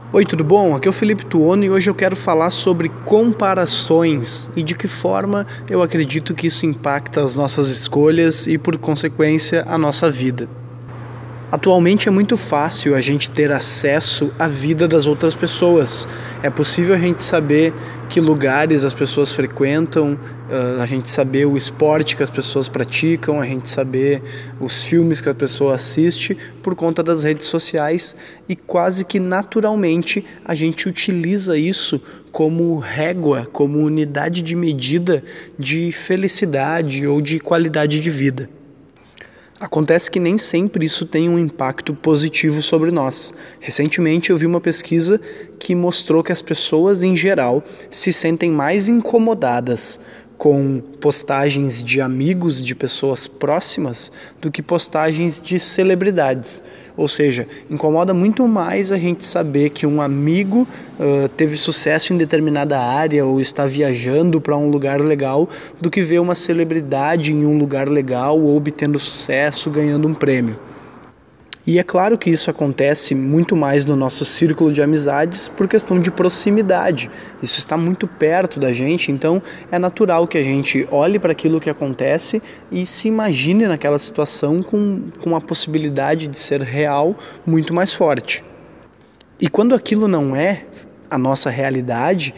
Oi, tudo bom? Aqui é o Felipe Tuono e hoje eu quero falar sobre comparações e de que forma eu acredito que isso impacta as nossas escolhas e, por consequência, a nossa vida. Atualmente é muito fácil a gente ter acesso à vida das outras pessoas. É possível a gente saber que lugares as pessoas frequentam, a gente saber o esporte que as pessoas praticam, a gente saber os filmes que a pessoa assiste por conta das redes sociais e quase que naturalmente a gente utiliza isso como régua, como unidade de medida de felicidade ou de qualidade de vida. Acontece que nem sempre isso tem um impacto positivo sobre nós. Recentemente eu vi uma pesquisa que mostrou que as pessoas em geral se sentem mais incomodadas com postagens de amigos, de pessoas próximas, do que postagens de celebridades. Ou seja, incomoda muito mais a gente saber que um amigo teve sucesso em determinada área ou está viajando para um lugar legal do que ver uma celebridade em um lugar legal ou obtendo sucesso, ganhando um prêmio. E é claro que isso acontece muito mais no nosso círculo de amizades por questão de proximidade. Isso está muito perto da gente, então é natural que a gente olhe para aquilo que acontece e se imagine naquela situação com a possibilidade de ser real muito mais forte. E quando aquilo não é a nossa realidade,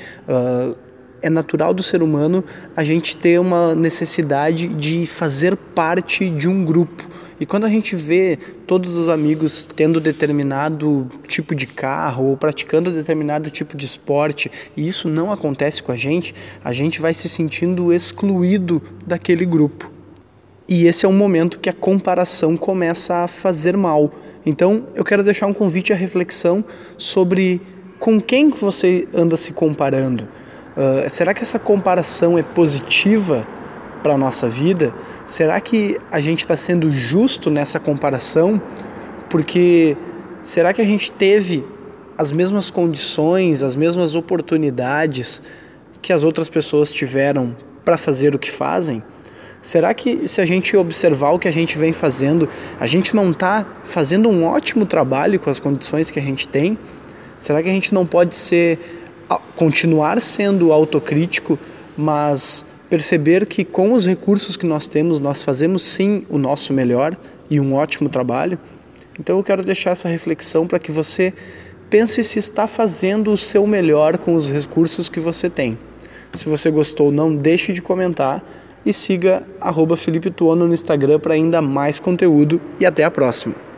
é natural do ser humano a gente ter uma necessidade de fazer parte de um grupo. E quando a gente vê todos os amigos tendo determinado tipo de carro ou praticando determinado tipo de esporte e isso não acontece com a gente vai se sentindo excluído daquele grupo. E esse é um momento que a comparação começa a fazer mal. Então eu quero deixar um convite à reflexão sobre com quem você anda se comparando. Será que essa comparação é positiva para a nossa vida? Será que a gente está sendo justo nessa comparação? Porque será que a gente teve as mesmas condições, as mesmas oportunidades que as outras pessoas tiveram para fazer o que fazem? Será que se a gente observar o que a gente vem fazendo, a gente não está fazendo um ótimo trabalho com as condições que a gente tem? Será que a gente não pode continuar sendo autocrítico, mas perceber que com os recursos que nós temos, nós fazemos sim o nosso melhor e um ótimo trabalho? Então eu quero deixar essa reflexão para que você pense se está fazendo o seu melhor com os recursos que você tem. Se você gostou, não deixe de comentar e siga @Felipe Tuono no Instagram para ainda mais conteúdo e até a próxima.